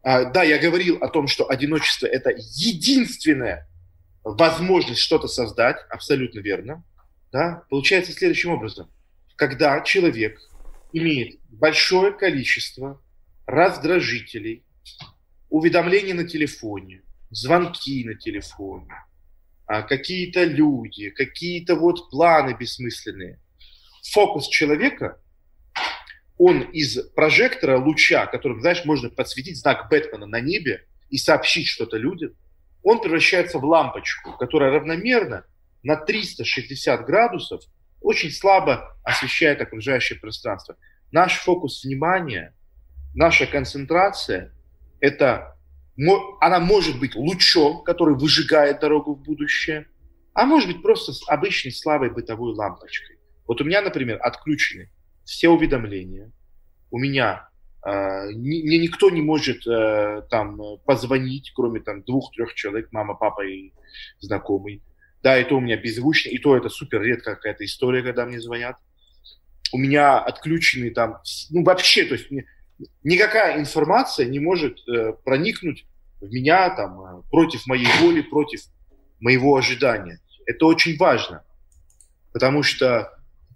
Да, я говорил о том, что одиночество – это единственная возможность что-то создать, абсолютно верно. Да? Получается следующим образом. Когда человек имеет большое количество раздражителей, уведомления на телефоне, звонки на телефоне, какие-то люди, какие-то вот планы бессмысленные. Фокус человека, он из прожектора луча, которым, знаешь, можно подсветить знак Бэтмена на небе и сообщить что-то людям, он превращается в лампочку, которая равномерно на 360 градусов очень слабо освещает окружающее пространство. Наш фокус внимания, наша концентрация, она может быть лучом, который выжигает дорогу в будущее, а может быть просто с обычной слабой бытовой лампочкой. Вот у меня, например, отключены все уведомления. У меня мне никто не может там позвонить, кроме там 2-3 человек, мама, папа и знакомый. Да, и то у меня беззвучно, и то это супер редкая какая-то история, когда мне звонят. У меня отключены там, вообще, то есть никакая информация не может проникнуть в меня там против моей воли, против моего ожидания. Это очень важно, потому что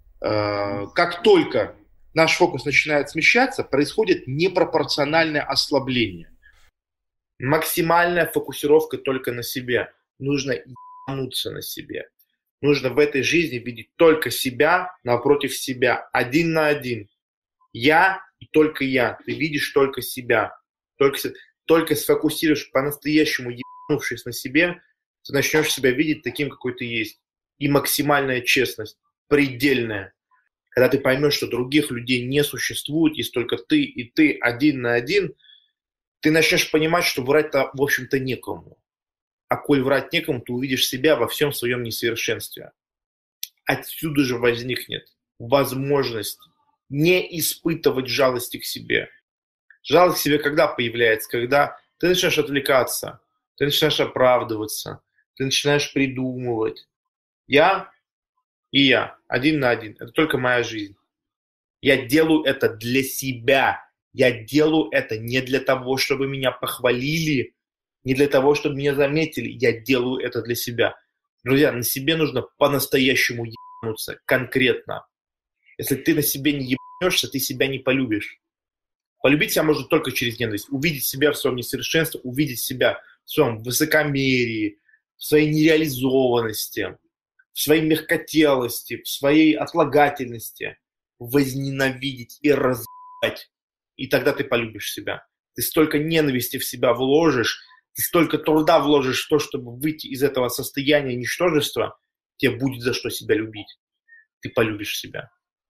как только наш фокус начинает смещаться, происходит непропорциональное ослабление. Максимальная фокусировка только на себе. Нужно ебануться на себе. Нужно в этой жизни видеть только себя напротив себя. Один на один. Я и только я. Ты видишь только себя. Только сфокусируешь по-настоящему, ебанувшись на себе, ты начнешь себя видеть таким, какой ты есть. И максимальная честность. Предельная. Когда ты поймешь, что других людей не существует, есть только ты и ты один на один, ты начнешь понимать, что врать-то, в общем-то, некому. А коль врать некому, ты увидишь себя во всем своем несовершенстве. Отсюда же возникнет возможность не испытывать жалости к себе. Жалость к себе когда появляется? Когда ты начинаешь отвлекаться, ты начинаешь оправдываться, ты начинаешь придумывать. Я и я, один на один. Это только моя жизнь. Я делаю это для себя. Я делаю это не для того, чтобы меня похвалили, не для того, чтобы меня заметили. Я делаю это для себя. Друзья, на себе нужно по-настоящему ебануться, конкретно. Если ты на себе не ебанешься, ты себя не полюбишь. Полюбить себя можно только через ненависть. Увидеть себя в своем несовершенстве, увидеть себя в своем высокомерии, в своей нереализованности, в своей мягкотелости, в своей отлагательности, возненавидеть и разъебать. И тогда ты полюбишь себя. Ты столько ненависти в себя вложишь, ты столько труда вложишь в то, чтобы выйти из этого состояния ничтожества, тебе будет за что себя любить. Ты полюбишь себя.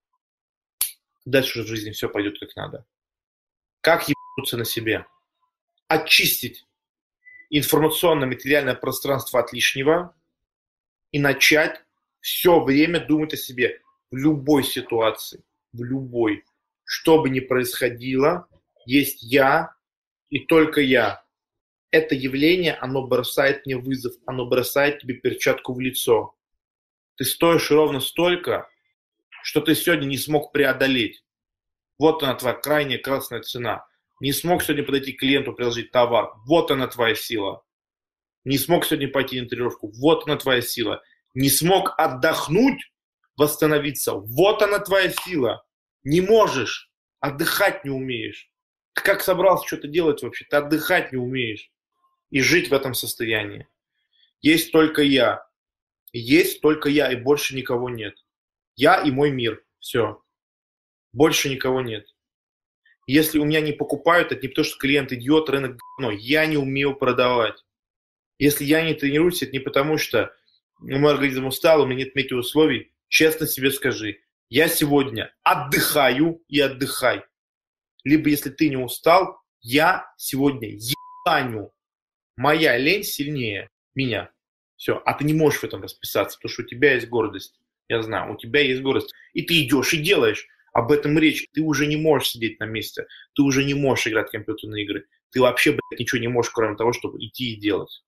Дальше уже в жизни все пойдет как надо. Как ебануться на себе? Очистить информационно-материальное пространство от лишнего и начать все время думать о себе в любой ситуации, в любой. Что бы ни происходило, есть я и только я. Это явление, оно бросает мне вызов, оно бросает тебе перчатку в лицо. Ты стоишь ровно столько, что ты сегодня не смог преодолеть. Вот она твоя крайняя красная цена. Не смог сегодня подойти к клиенту, предложить товар. Вот она твоя сила. Не смог сегодня пойти на тренировку. Вот она твоя сила. Не смог отдохнуть, восстановиться. Вот она твоя сила. Не можешь. Отдыхать не умеешь. Ты как собрался что-то делать вообще? Ты отдыхать не умеешь. И жить в этом состоянии. Есть только я. Есть только я, и больше никого нет. Я и мой мир. Все. Больше никого нет. Если у меня не покупают, это не потому, что клиент идиот, рынок говно. Я не умею продавать. Если я не тренируюсь, это не потому, что мой организм устал, у меня нет метеоусловий. Честно себе скажи. Я сегодня отдыхаю и отдыхай. Либо если ты не устал, я сегодня ебаню. Моя лень сильнее меня. Все. А ты не можешь в этом расписаться, потому что у тебя есть гордость. Я знаю, у тебя есть гордость. И ты идешь и делаешь. Об этом речь. Ты уже не можешь сидеть на месте. Ты уже не можешь играть в компьютерные игры. Ты вообще, блядь, ничего не можешь, кроме того, чтобы идти и делать.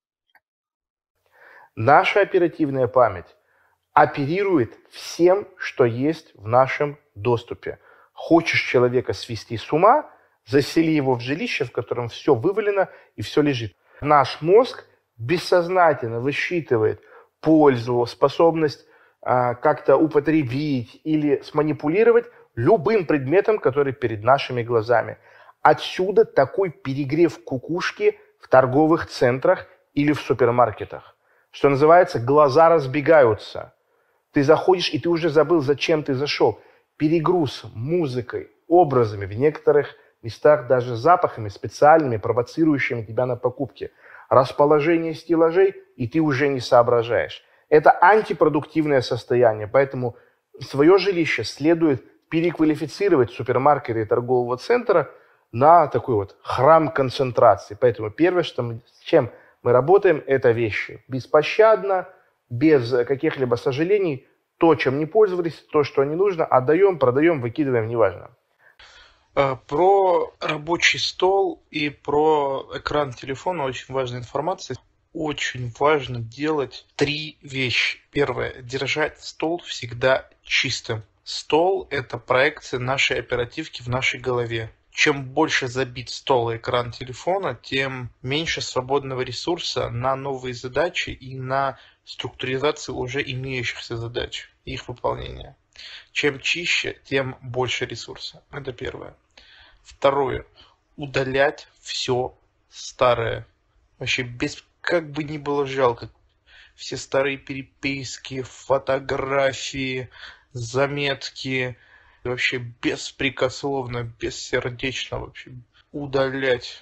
Наша оперативная память оперирует всем, что есть в нашем доступе. Хочешь человека свести с ума, Засели его в жилище, в котором все вывалено и все лежит. Наш мозг бессознательно высчитывает пользу, способность как-то употребить или сманипулировать любым предметом, который перед нашими глазами. Отсюда такой перегрев кукушки в торговых центрах или в супермаркетах. Что называется, глаза разбегаются. Ты заходишь, и ты уже забыл, зачем ты зашел. Перегруз музыкой, образами, в некоторых местах даже запахами специальными, провоцирующими тебя на покупки. Расположение стеллажей, и ты уже не соображаешь. Это антипродуктивное состояние, поэтому свое жилище следует переквалифицировать супермаркета и торгового центра на такой вот храм концентрации. Поэтому первое, с чем мы работаем, это вещи. Беспощадно, без каких-либо сожалений. То, чем не пользовались, то, что не нужно, отдаем, продаем, выкидываем, неважно. Про рабочий стол и про экран телефона очень важная информация. Очень важно делать 3 вещи. Первое. Держать стол всегда чистым. Стол – это проекция нашей оперативки в нашей голове. Чем больше забит стол и экран телефона, тем меньше свободного ресурса на новые задачи и на структуризацию уже имеющихся задач и их выполнения. Чем чище, тем больше ресурса. Это первое. Второе. Удалять все старое. Вообще без как бы ни было жалко. Все старые переписки, фотографии, заметки. Вообще беспрекословно, бессердечно вообще. Удалять.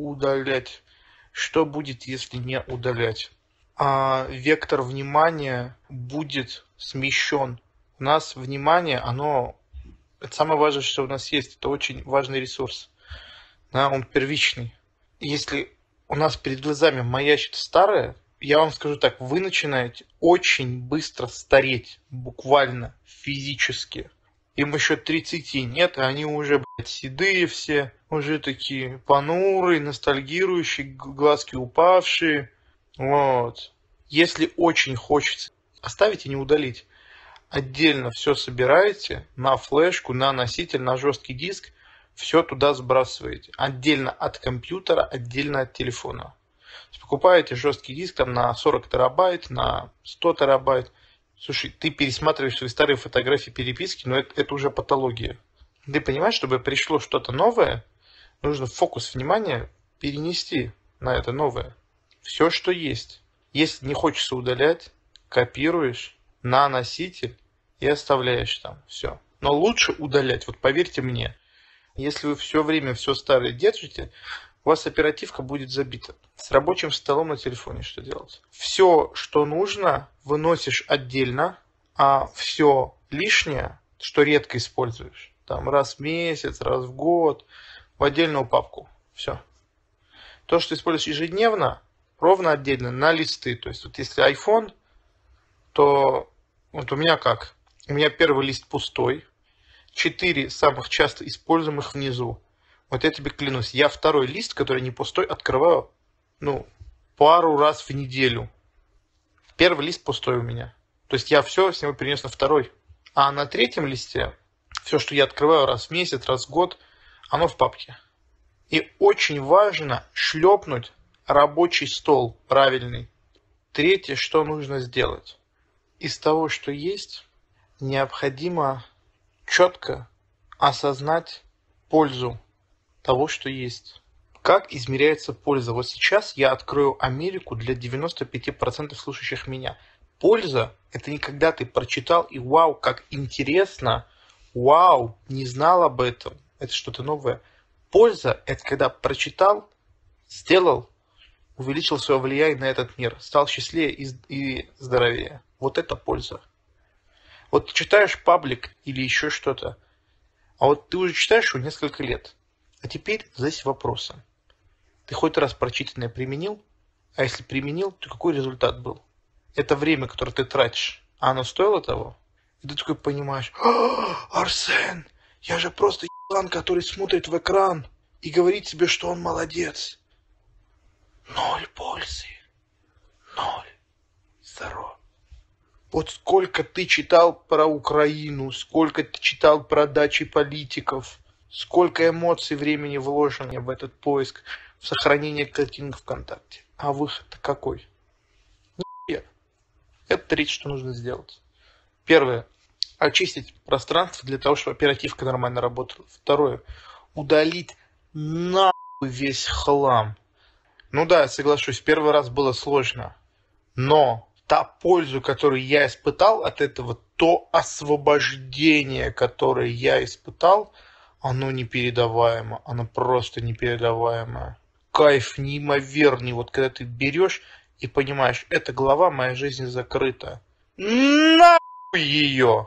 Что будет, если не удалять? Вектор внимания будет смещен. У нас внимание, это самое важное, что у нас есть. Это очень важный ресурс. Да, он первичный. Если у нас перед глазами маячит старое, я вам скажу так, вы начинаете очень быстро стареть. Буквально, физически. Им еще 30 нет, а они уже, седые все. Уже такие понурые, ностальгирующие, глазки упавшие. Вот. Если очень хочется, оставить и не удалить. Отдельно все собираете на флешку, на носитель, на жесткий диск, все туда сбрасываете. Отдельно от компьютера, отдельно от телефона. Покупаете жесткий диск там на 40 терабайт, на 100 терабайт. Слушай, ты пересматриваешь свои старые фотографии, переписки, но это уже патология. Ты понимаешь, чтобы пришло что-то новое, нужно фокус внимания перенести на это новое. Все, что есть. Если не хочется удалять, копируешь на носитель и оставляешь там. Все. Но лучше удалять. Вот поверьте мне, если вы все время все старое держите, у вас оперативка будет забита. С рабочим столом на телефоне что делать? Все, что нужно, выносишь отдельно, а все лишнее, что редко используешь, там раз в месяц, раз в год, в отдельную папку. Все. То, что используешь ежедневно, ровно отдельно на листы. То есть вот если iPhone, то вот у меня как? У меня первый лист пустой, 4 самых часто используемых внизу. Вот я тебе клянусь, я второй лист, который не пустой, открываю, пару раз в неделю. Первый лист пустой у меня. То есть я все с него перенес на второй. А на третьем листе, все, что я открываю раз в месяц, раз в год, оно в папке. И очень важно шлепнуть рабочий стол правильный. Третье, что нужно сделать. Из того, что есть, необходимо четко осознать пользу того, что есть. Как измеряется польза? Вот сейчас я открою Америку для 95% слушающих меня. Польза – это не когда ты прочитал и вау, как интересно, вау, не знал об этом, это что-то новое. Польза – это когда прочитал, сделал, увеличил свое влияние на этот мир, стал счастливее и здоровее. Вот это польза. Вот ты читаешь паблик или еще что-то, а вот ты уже читаешь его несколько лет. А теперь задайся вопросом. Ты хоть раз прочитанное применил? А если применил, то какой результат был? Это время, которое ты тратишь, а оно стоило того? И ты такой понимаешь, Арсен, я же просто ебан, который смотрит в экран и говорит себе, что он молодец. 0 пользы. 0. Здорово. Вот сколько ты читал про Украину, сколько ты читал про дачи политиков, Сколько эмоций, времени вложено в этот поиск, в сохранение картинок ВКонтакте. А выход-то какой? Нихуя. Это третье, что нужно сделать. Первое. Очистить пространство для того, чтобы оперативка нормально работала. Второе. Удалить нахуй весь хлам. Ну да, я соглашусь, первый раз было сложно. Но та пользу, которую я испытал от этого, то освобождение, которое я испытал, оно непередаваемо. Оно просто непередаваемое. Кайф неимоверный. Вот когда ты берешь и понимаешь, эта глава моей жизни закрыта. Нахуй ее!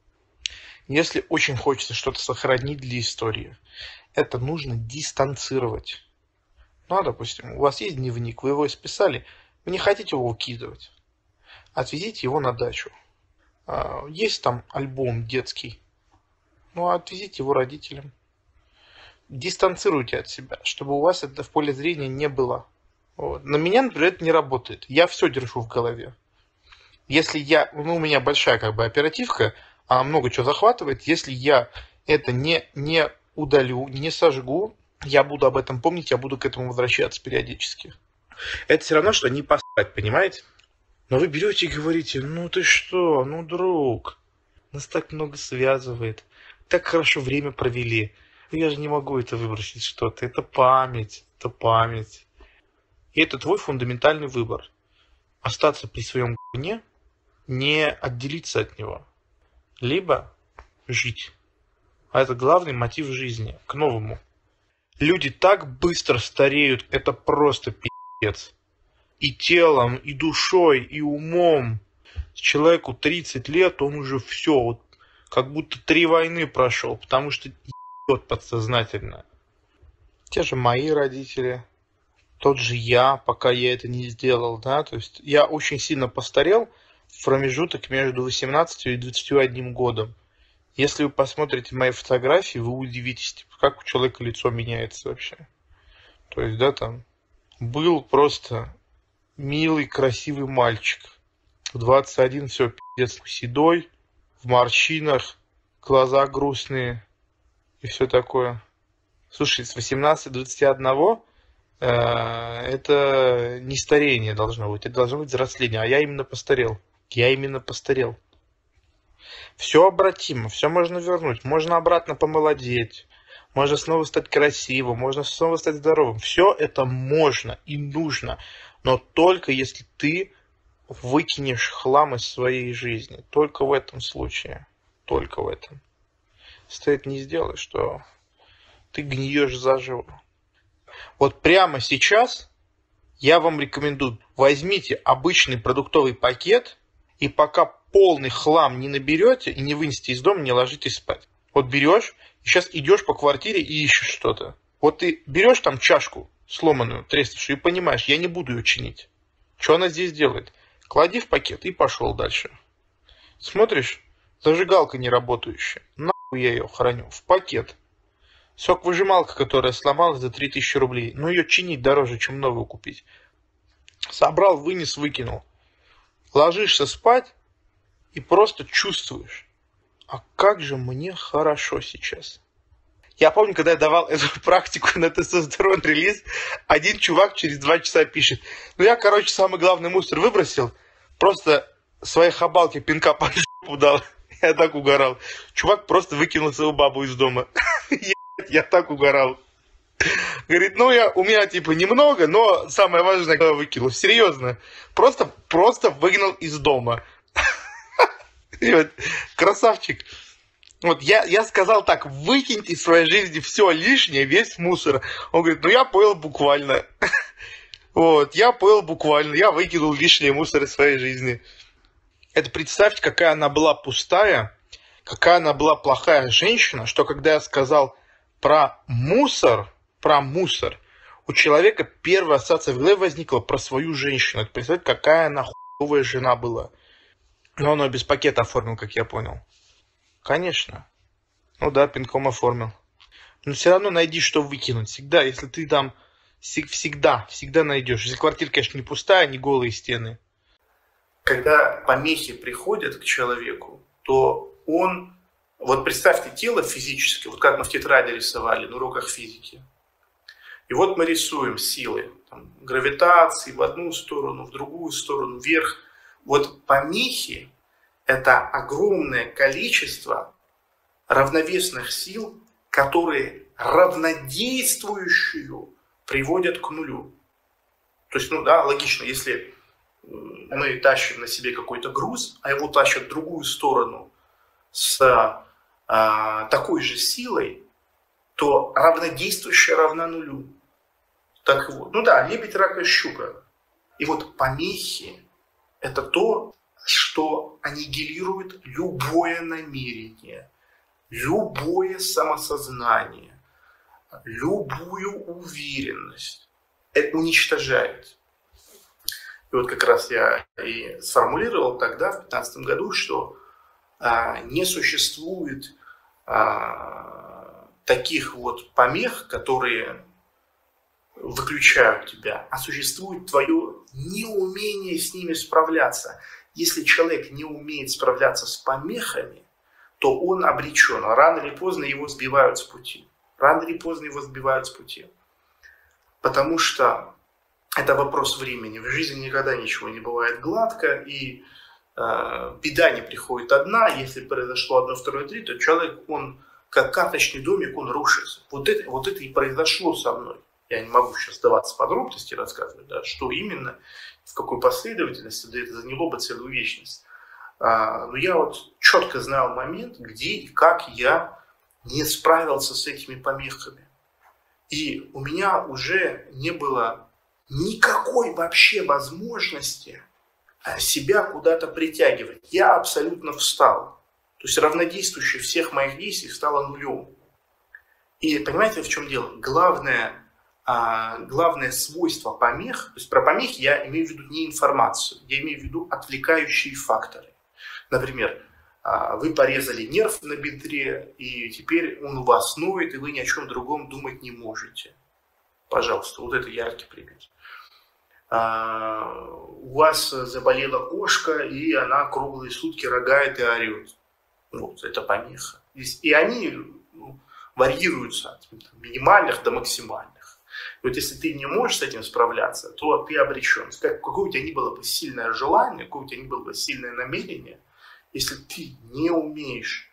Если очень хочется что-то сохранить для истории, это нужно дистанцировать. Ну, допустим, у вас есть дневник, вы его исписали, вы не хотите его выкидывать. Отвезите его на дачу. Есть там альбом детский, ну, отвезите его родителям. Дистанцируйте от себя, чтобы у вас это в поле зрения не было. Вот. На меня, например, это не работает. Я все держу в голове. Если у меня большая оперативка, она много чего захватывает. Если я это не удалю, не сожгу, я буду об этом помнить, я буду к этому возвращаться периодически. Это все равно, что не посрать, понимаете? Но вы берете и говорите, ну ты что, ну друг, нас так много связывает, так хорошо время провели. Я же не могу это выбросить что-то, это память, это память. И это твой фундаментальный выбор. Остаться при своем говне, не отделиться от него. Либо жить. А это главный мотив жизни, к новому. Люди так быстро стареют, это просто пи***ц. И телом, и душой, и умом. Человеку 30 лет, он уже все, вот, как будто 3 войны прошел, потому что ебет подсознательно. Те же мои родители, тот же я, пока я это не сделал, да, то есть я очень сильно постарел в промежуток между 18 и 21 годом. Если вы посмотрите мои фотографии, вы удивитесь, типа, как у человека лицо меняется вообще. То есть, да, там, был просто милый, красивый мальчик. В 21 все пиздец седой, в морщинах, глаза грустные и все такое. Слушай, с 18 до 21 это не старение должно быть, это должно быть взросление. А я именно постарел. Все обратимо, все можно вернуть. Можно обратно помолодеть, можно снова стать красивым, можно снова стать здоровым. Все это можно и нужно, но только если ты выкинешь хлам из своей жизни. Только в этом случае. Только в этом. Если ты это не сделаешь, то ты гниешь заживо. Вот прямо сейчас я вам рекомендую, возьмите обычный продуктовый пакет и пока полный хлам не наберете и не вынесете из дома, не ложитесь спать. Вот берешь, и сейчас идешь по квартире и ищешь что-то. Вот ты берешь там чашку сломанную, треснувшую, и понимаешь, я не буду ее чинить. Что она здесь делает? Клади в пакет и пошел дальше. Смотришь, зажигалка не работающая. Нахуй я ее храню? В пакет. Сок-выжималка, которая сломалась за 3000 рублей. Но ее чинить дороже, чем новую купить. Собрал, вынес, выкинул. Ложишься спать и просто чувствуешь. А как же мне хорошо сейчас. Я помню, когда я давал эту практику на тестостерон-релиз, один чувак через 2 часа пишет, ну я, самый главный мусор выбросил, просто своей хабалке пинка под жопу дал. Я так угорал. Чувак просто выкинул свою бабу из дома. Я так угорал. Говорит, у меня немного, но самое важное, когда выкинул. Серьезно. Просто выгнал из дома. Красавчик. Вот я сказал так, выкиньте из своей жизни все лишнее, весь мусор. Он говорит, я понял буквально. Вот, я понял буквально, я выкинул лишний мусор из своей жизни. Это представьте, какая она была пустая, какая она была плохая женщина, что когда я сказал про мусор, у человека первая ассоциация в голове возникла про свою женщину. Это представьте, какая она хуевая жена была. Но он ее без пакета оформил, как я понял. Конечно. Ну да, пинком оформил. Но все равно найди, что выкинуть. Всегда, если ты там... Всегда найдешь. Если квартира, конечно, не пустая, не голые стены. Когда помехи приходят к человеку, то он Вот представьте тело физическое, вот как мы в тетради рисовали на уроках физики. И вот мы рисуем силы там, гравитации в одну сторону, в другую сторону, вверх. Вот помехи – это огромное количество равновесных сил, которые равнодействующую приводят к нулю. То есть, логично, если мы тащим на себе какой-то груз, а его тащат в другую сторону с такой же силой, то равнодействующая равна нулю. Так вот, лебедь, рак и щука. И вот помехи – это то, что аннигилирует любое намерение, любое самосознание, любую уверенность. Это уничтожает. И вот как раз я и сформулировал тогда, в 2015 году, что не существует таких вот помех, которые выключают тебя, а существует твое неумение с ними справляться. Если человек не умеет справляться с помехами, то он обречен. Рано или поздно его сбивают с пути. Потому что это вопрос времени. В жизни никогда ничего не бывает гладко, и беда не приходит одна. Если произошло одно, второе, третье, то человек, он как карточный домик, он рушится. Вот это и произошло со мной. Я не могу сейчас сдаваться в подробности, рассказывать, что именно, в какой последовательности, да это заняло бы целую вечность. Но я вот четко знал момент, где и как я не справился с этими помехами. И у меня уже не было никакой вообще возможности себя куда-то притягивать. Я абсолютно встал. То есть равнодействующее всех моих действий стало нулем. И понимаете, в чем дело? Главное свойство помех, то есть про помехи я имею в виду не информацию, я имею в виду отвлекающие факторы. Например, вы порезали нерв на бедре, и теперь он у вас ноет, и вы ни о чем другом думать не можете. Пожалуйста, вот это яркий пример. У вас заболела кошка, и она круглые сутки рогает и орет. Вот, это помеха. И они варьируются от минимальных до максимальных. И вот если ты не можешь с этим справляться, то ты обречен. Какое у тебя ни было бы сильное желание, какое у тебя ни было бы сильное намерение, если ты не умеешь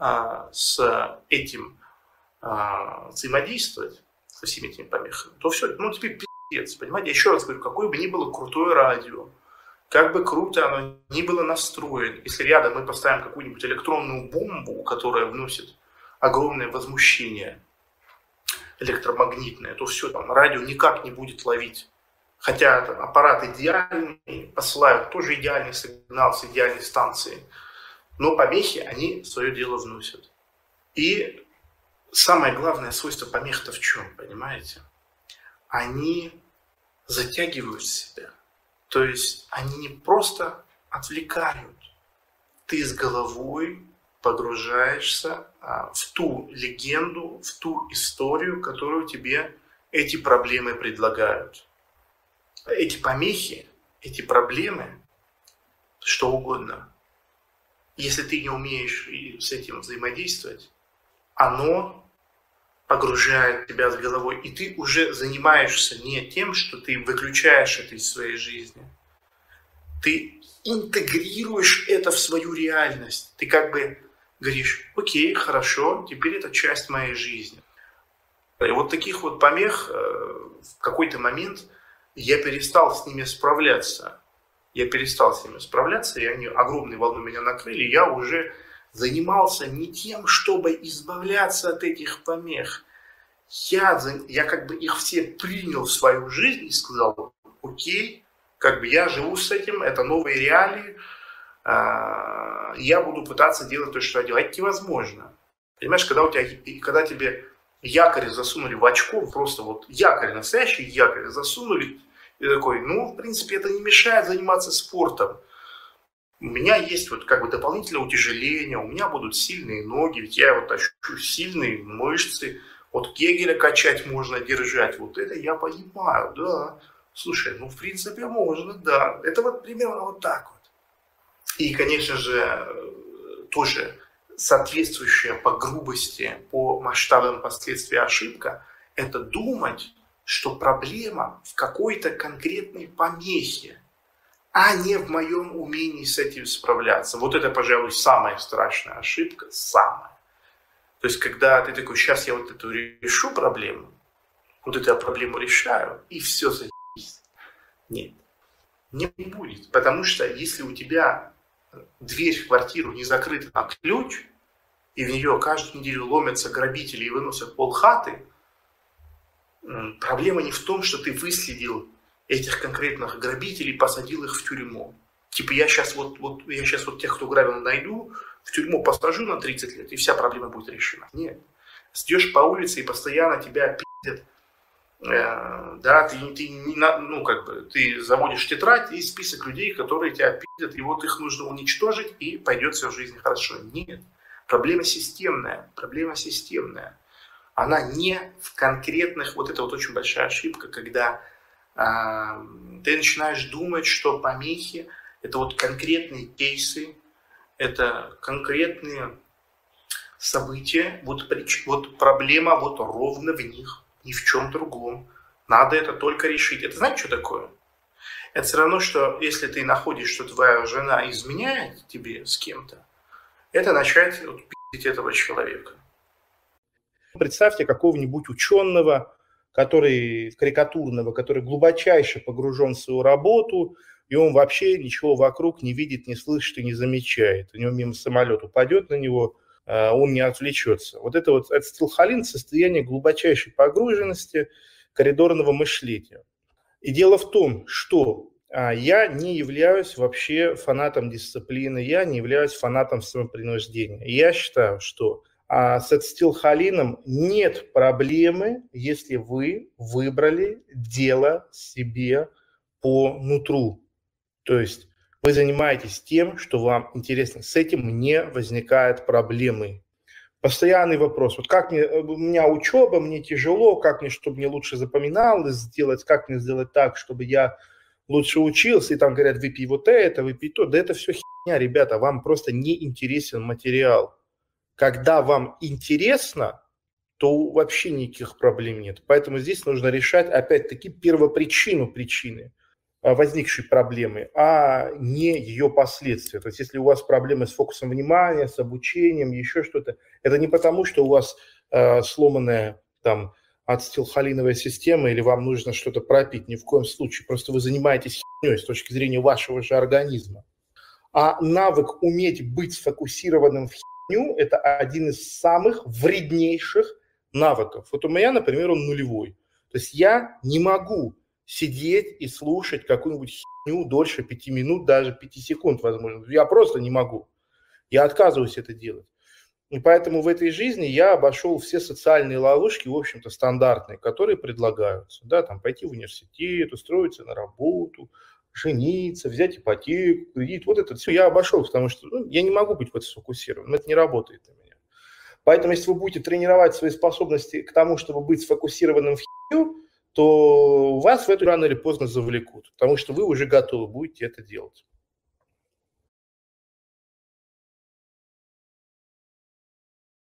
с этим взаимодействовать, со всеми этими помехами, то все, теперь пиздец, понимаете? Я еще раз говорю, какое бы ни было крутое радио, как бы круто оно ни было настроено, если рядом мы поставим какую-нибудь электронную бомбу, которая вносит огромное возмущение электромагнитное, то все, там радио никак не будет ловить. Хотя аппарат идеальный, посылают тоже идеальный сигнал с идеальной станции, но помехи, они свое дело вносят. И самое главное свойство помех-то в чем, понимаете? Они затягивают себя. То есть они не просто отвлекают. Ты с головой погружаешься в ту легенду, в ту историю, которую тебе эти проблемы предлагают. Эти помехи, эти проблемы, что угодно, если ты не умеешь с этим взаимодействовать, оно погружает тебя с головой, и ты уже занимаешься не тем, что ты выключаешь это из своей жизни. Ты интегрируешь это в свою реальность. Ты как бы говоришь, окей, хорошо, теперь это часть моей жизни. И вот таких вот помех в какой-то момент я перестал с ними справляться. И они огромной волной меня накрыли. Я уже занимался не тем, чтобы избавляться от этих помех. Я как бы их все принял в свою жизнь и сказал, окей, как бы я живу с этим, это новые реалии, я буду пытаться делать то, что я делаю. Это невозможно. Понимаешь, когда тебе якорь засунули в очко, просто вот якорь, настоящий якорь засунули, и такой, в принципе, это не мешает заниматься спортом. У меня есть вот как бы дополнительное утяжеление, у меня будут сильные ноги, ведь я вот ощущу сильные мышцы, вот кегеля качать можно, держать, вот это я понимаю, да. Слушай, в принципе, можно, да. Это вот примерно вот так вот. И, конечно же, тоже соответствующая по грубости, по масштабам последствий ошибка, это думать, что проблема в какой-то конкретной помехе, а не в моем умении с этим справляться. Вот это, пожалуй, самая страшная ошибка, самая. То есть, когда ты такой, сейчас я вот эту решу проблему, вот эту проблему решаю, и все заебись. Нет, не будет. Потому что если у тебя дверь в квартиру не закрыта на ключ, и в нее каждую неделю ломятся грабители и выносят полхаты, проблема не в том, что ты выследил этих конкретных грабителей, посадил их в тюрьму. Типа я сейчас вот тех, кто грабил, найду, в тюрьму посажу на 30 лет, и вся проблема будет решена. Нет. Идешь по улице, и постоянно тебя пиздят. Да, ты заводишь тетрадь и список людей, которые тебя пиздят, и вот их нужно уничтожить, и пойдет все в жизни хорошо. Нет. Проблема системная. Она не в конкретных, вот это вот очень большая ошибка, когда ты начинаешь думать, что помехи это вот конкретные кейсы, это конкретные события, вот проблема вот ровно в них, ни в чем другом. Надо это только решить. Это знаете, что такое? Это все равно, что если ты находишь, что твоя жена изменяет тебе с кем-то, это начать пиздить этого человека. Представьте какого-нибудь ученого, карикатурного, который глубочайше погружен в свою работу, и он вообще ничего вокруг не видит, не слышит и не замечает. У него мимо самолет упадет на него, он не отвлечется. Вот это ацетилхолин – состояние глубочайшей погруженности, коридорного мышления. И дело в том, что я не являюсь вообще фанатом дисциплины, я не являюсь фанатом самопринуждения. Я считаю, что с ацетилхолином нет проблемы, если вы выбрали дело себе по нутру. То есть вы занимаетесь тем, что вам интересно. С этим не возникает проблемы. Постоянный вопрос. Вот как мне, у меня учеба, мне тяжело, как мне, чтобы мне лучше запоминалось сделать, как мне сделать так, чтобы я лучше учился, и там говорят, выпей вот это, выпей то. Да это все херня, ребята, вам просто не интересен материал. Когда вам интересно, то вообще никаких проблем нет. Поэтому здесь нужно решать, опять-таки, первопричину причины возникшей проблемы, а не ее последствия. То есть если у вас проблемы с фокусом внимания, с обучением, еще что-то, это не потому, что у вас сломанная там ацетилхолиновая система или вам нужно что-то пропить, ни в коем случае. Просто вы занимаетесь херней с точки зрения вашего же организма. А навык уметь быть сфокусированным в херню – это один из самых вреднейших навыков. Вот у меня, например, он нулевой. То есть я не могу сидеть и слушать какую-нибудь херню дольше 5 минут, даже 5 секунд, возможно. Я просто не могу. Я отказываюсь это делать. И поэтому в этой жизни я обошел все социальные ловушки, в общем-то, стандартные, которые предлагаются. Да, там пойти в университет, устроиться на работу, жениться, взять ипотеку, кредит. Вот это все я обошел, потому что я не могу быть в этом сфокусированным. Это не работает на меня. Поэтому, если вы будете тренировать свои способности к тому, чтобы быть сфокусированным в херню, то вас в эту рано или поздно завлекут, потому что вы уже готовы будете это делать.